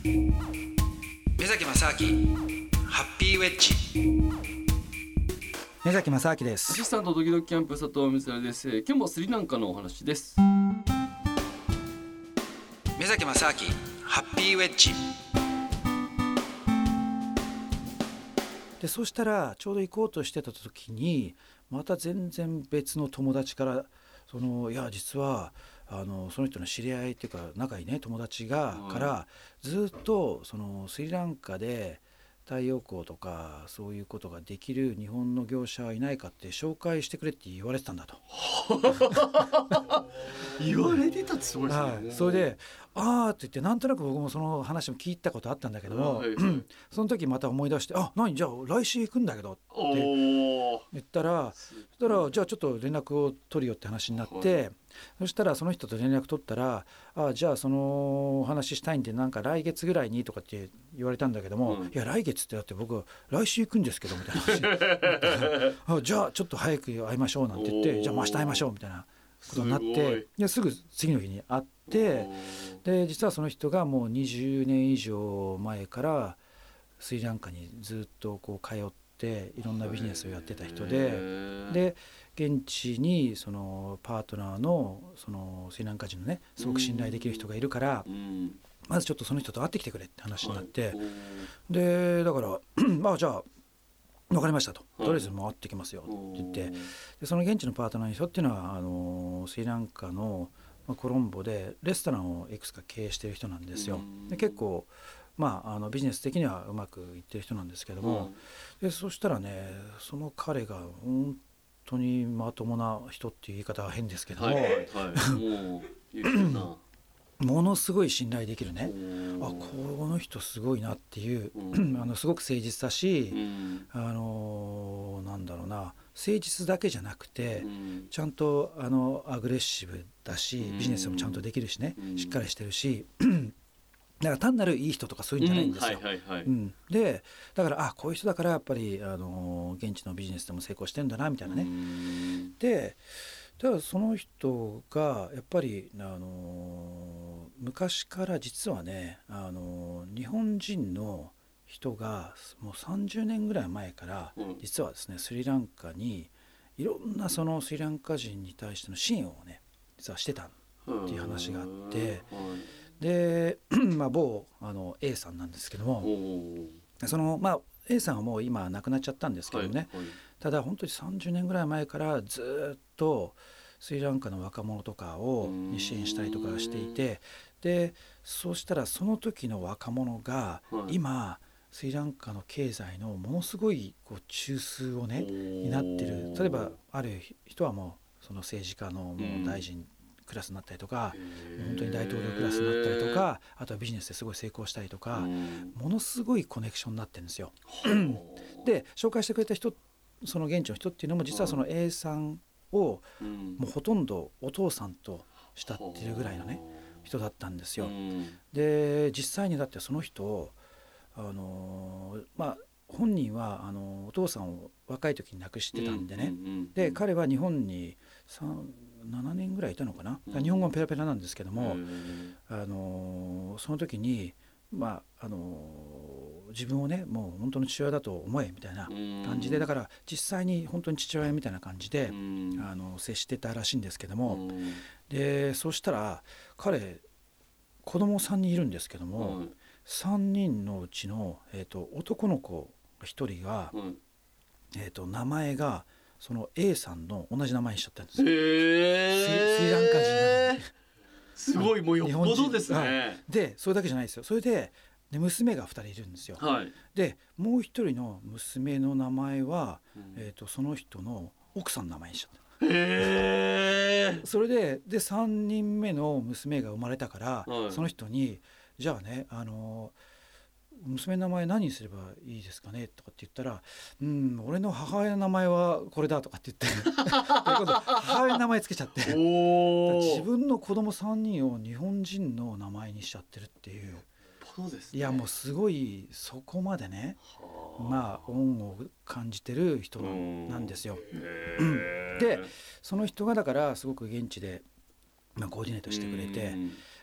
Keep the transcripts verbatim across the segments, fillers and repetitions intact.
目崎正明ハッピーウェッジ。目崎正明です。 アシスタントドキドキキャンプ佐藤光晴です。今日もスリランカのお話です。 目崎正明ハッピーウェッジで、そうしたらちょうど行こうとしてた時にまた全然別の友達からそのいや実はあのその人の知り合いっていうか仲いいね友達が、はい、からずっとそのスリランカで太陽光とかそういうことができる日本の業者はいないかって紹介してくれって言われてたんだと言われてたってすごいですね、はい、 それであーって言ってなんとなく僕もその話も聞いたことあったんだけども、はいはい、その時また思い出してあ何じゃあ来週行くんだけどって言ったらそしたらじゃあちょっと連絡を取るよって話になって、はい、そしたらその人と連絡取ったらあじゃあそのお話したいんでなんか来月ぐらいにとかって言われたんだけども、うん、いや来月ってだって僕来週行くんですけどみたいな話あじゃあちょっと早く会いましょうなんて言ってじゃあ明日会いましょうみたいなことになっていやすぐ次の日に会ってで実はその人がもうにじゅうねん以上前からスリランカにずっとこう通っていろんなビジネスをやってた人でで現地にそのパートナーのそのスリランカ人のねすごく信頼できる人がいるからまずちょっとその人と会ってきてくれって話になってでだからまあじゃあ分かりましたととりあえず回ってきますよって言ってでその現地のパートナーの人っていうのはあのスリランカのコロンボでレストランをいくつか経営している人なんですよ。で結構まあ、あのビジネス的にはうまくいってる人なんですけどもでそしたらねその彼が本当にまともな人っていう言い方は変ですけども、はいはい、もういいなものすごい信頼できるねあこの人すごいなっていうあのすごく誠実だしあのなんだろうな誠実だけじゃなくてちゃんとあのアグレッシブだしビジネスもちゃんとできるしねしっかりしてるしだから単なるいい人とかそういうんじゃないんですよ、うんはいはいはいうん、でだからあこういう人だからやっぱりあの現地のビジネスでも成功してんだなみたいなねでだからその人がやっぱりあの昔から実はねあの日本人の人がもうさんじゅうねんぐらい前から実はですねスリランカにいろんなそのスリランカ人に対しての支援をね実はしてたっていう話があってで、まあ、某あの A さんなんですけどもその、まあ、A さんはもう今亡くなっちゃったんですけどもね、はいはい、ただ本当にさんじゅうねんぐらい前からずっとスリランカの若者とかをに支援したりとかしていてでそうしたらその時の若者が今スリランカの経済のものすごいこう中枢をね担ってる例えばある人はもうその政治家のもう大臣クラスになったりとか本当に大統領クラスになったりとかあとはビジネスですごい成功したりとかものすごいコネクションになってるんですよで紹介してくれた人その現地の人っていうのも実はその A さんをもうほとんどお父さんと慕ってるぐらいのね人だったんですよで実際にだってその人あのまあ本人はあのお父さんを若い時に亡くしてたんでねで彼は日本にななねんぐらいいたのかな日本語もペラペラなんですけどもあのその時にまああの自分をねもう本当の父親だと思えみたいな感じでだから実際に本当に父親みたいな感じであの接してたらしいんですけどもでそうしたら彼子供さんにんいるんですけどもさんにんのうちの、えーと、男の子ひとりが、えーと、名前がその A さんの同じ名前にしちゃったんですよ。へースリランカ人なのにすごいもうよっぽどですね、はい、 でそれだけじゃないですよそれでで娘がふたりいるんですよ、はい、でもう一人の娘の名前は、うんえー、とその人の奥さんの名前にしちゃったへそれ で, でさんにんめの娘が生まれたから、はい、その人にじゃあねあの娘の名前何にすればいいですかねとかって言ったらうん俺の母親の名前はこれだとかって言って母親の名前つけちゃって自分の子供さんにんを日本人の名前にしちゃってるっていうそうですね、 いやもうすごいそこまでねまあ恩を感じてる人なんですよでその人がだからすごく現地で、まあ、コーディネートしてくれて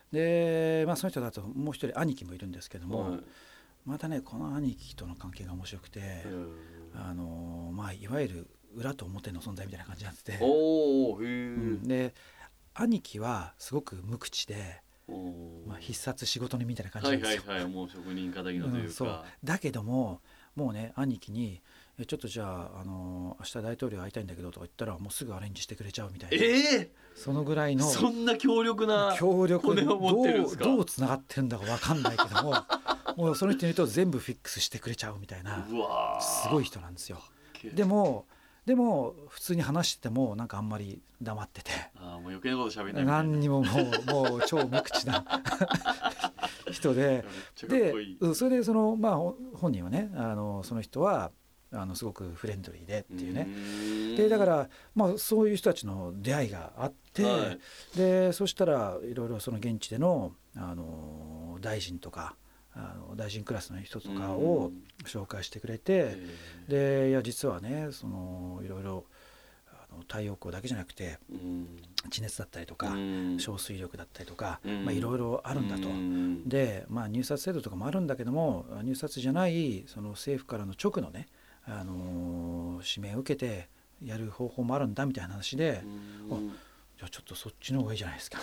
で、まあ、その人だともう一人兄貴もいるんですけども、 はい、 またねこの兄貴との関係が面白くて、あの、まあ、いわゆる裏と表の存在みたいな感じになってて、 おー、へー、 うん、で兄貴はすごく無口で、まあ、必殺仕事人みたいな感じなんですよ。 はいはいはい、もう職人気質のというか、うん、そうだけどももうね兄貴にちょっとじゃあ、あのー、明日大統領会いたいんだけどとか言ったらもうすぐアレンジしてくれちゃうみたいな、 えー、 そのぐらいのそんな強力な強力骨を持ってるんですか。 どう、どうつながってるんだか分かんないけどももうその人に言うと全部フィックスしてくれちゃうみたいな、 うわすごい人なんですよ。でもでも普通に話しててもなんかあんまり黙ってて、 あ、もう余計なこと喋んないみたいな、 何にももう、もう超無口な人ででそれでその、まあ、本人はねあのその人はあのすごくフレンドリーでっていうね、でだから、まあ、そういう人たちの出会いがあって、はい、でそしたらいろいろその現地での、あの大臣とかあの大臣クラスの人とかを紹介してくれて、でいや実はねそのいろいろ太陽光だけじゃなくて地熱だったりとか小水力だったりとかいろいろあるんだと。で、まあ、入札制度とかもあるんだけども入札じゃないその政府からの直のね、あのー、指名を受けてやる方法もあるんだみたいな話で、じゃあちょっとそっちの方がいいじゃないですか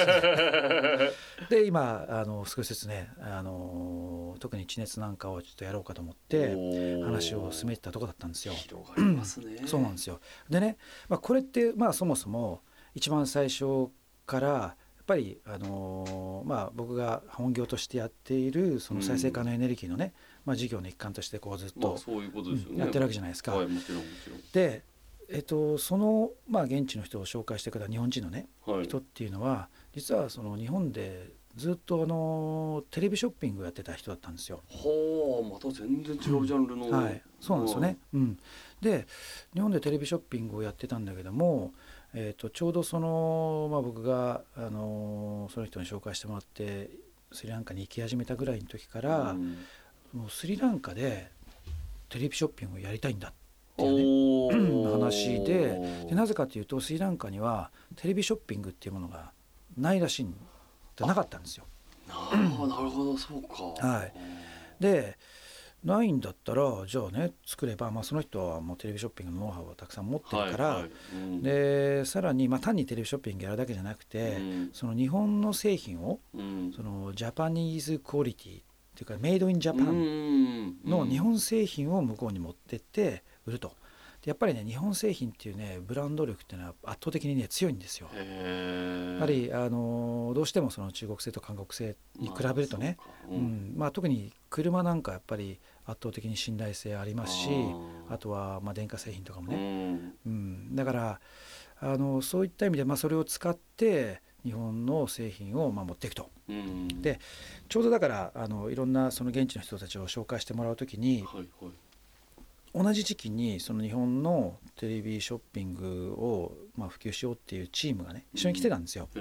で今あの少しずつね、あの特に地熱なんかをちょっとやろうかと思って話を進めてたとこだったんですよ。 広がりますね、 うん、そうなんですよ。でね、まあ、これって、まあ、そもそも一番最初からやっぱり、あのーまあ、僕が本業としてやっているその再生可能エネルギーのね、まあ、事業の一環としてこうずっとやってるわけじゃないですか。 はい、もちろんもちろん。 でえっと、その、まあ、現地の人を紹介してくれた日本人の、ね、はい、人っていうのは実はその日本でずっとあのテレビショッピングをやってた人だったんですよ。 はあ、また全然違うジャンルの、 うん、はい、そうなんですよね、うん、で日本でテレビショッピングをやってたんだけども、えっと、ちょうどその、まあ、僕があのその人に紹介してもらってスリランカに行き始めたぐらいの時から、うん、もうスリランカでテレビショッピングをやりたいんだっていうね話 で, でなぜかというとスリランカにはテレビショッピングっていうものがないらしいんなかったんですよ。 なるほど、そうか。 はい、でないんだったらじゃあね作れば、まあ、その人はもうテレビショッピングのノウハウをたくさん持ってるから、はいはい、うん、でさらに、まあ、単にテレビショッピングやるだけじゃなくて、うん、その日本の製品を、うん、そのジャパニーズクオリティっていうかメイドインジャパンの日本製品を向こうに持ってって売ると。やっぱりね日本製品っていうねブランド力っていうのは圧倒的にね強いんですよ。やはりあのどうしてもその中国製と韓国製に比べるとね、まあうんうんまあ、特に車なんかやっぱり圧倒的に信頼性ありますし、 あ, あとはまあ電化製品とかもね、うんうん、だからあのそういった意味でまあそれを使って日本の製品をまあ持っていくと、うん、でちょうどだからあのいろんなその現地の人たちを紹介してもらうときに、はいはい、同じ時期にその日本のテレビショッピングをまあ普及しようっていうチームがね一緒に来てたんですよ、うん、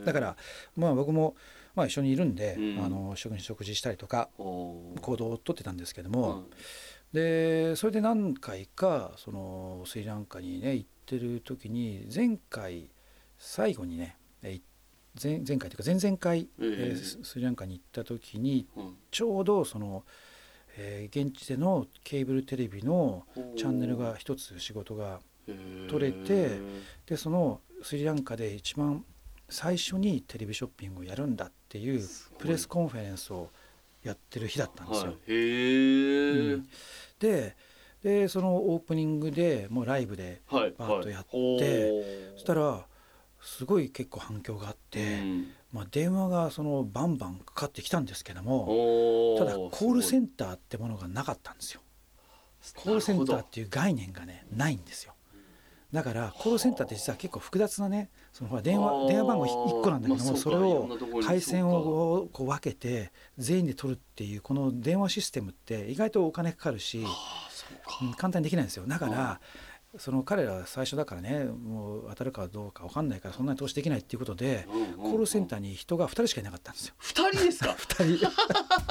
だからまあ僕もまあ一緒にいるんで、うん、あの食事したりとか行動をとってたんですけども、うん、でそれで何回かそのスリランカにね行ってる時に前回最後にね前, 前回というか前々回、えーえー、スリランカに行った時にちょうどそのえー、現地でのケーブルテレビのチャンネルが一つ仕事が取れて、でそのスリランカで一番最初にテレビショッピングをやるんだっていうプレスコンファレンスをやってる日だったんですよ。はい、へー、うん、で, でそのオープニングでもうライブでバーッとやって、はいはい、そしたらすごい結構反響があって、うん、まあ、電話がそのバンバンかかってきたんですけども、ただコールセンターってものがなかったんですよ。コールセンターっていう概念がねないんですよ。だからコールセンターって実は結構複雑なねそのほら電話電話番号いっこなんだけども、それを回線をこう分けて全員で取るっていうこの電話システムって意外とお金かかるし簡単にできないんですよ。だからその彼らは最初だからねもう当たるかどうか分かんないからそんなに投資できないっていうことで、うんうんうん、コールセンターに人がふたりしかいなかったんですよ。 ふたりですか？ ふたり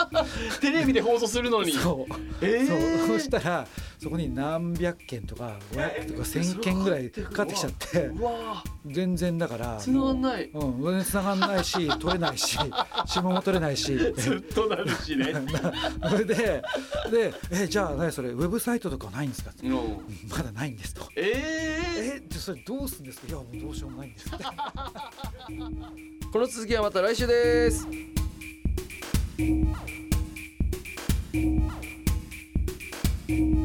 テレビで放送するのに。 そう、えー、そうそしたらそこに何百件とかごひゃくとかせんけんぐらいかかってきちゃって、うわ全然だから繋がんない、 うん、全然繋がんないし取れないし指紋も取れないしずっとなるしねそれででえじゃあ何それウェブサイトとかないんですかって、うん、まだないんですと。えー、えじゃそれどうするんですか。いやもうどうしようもないんですってこの続きはまた来週です。 Thank you.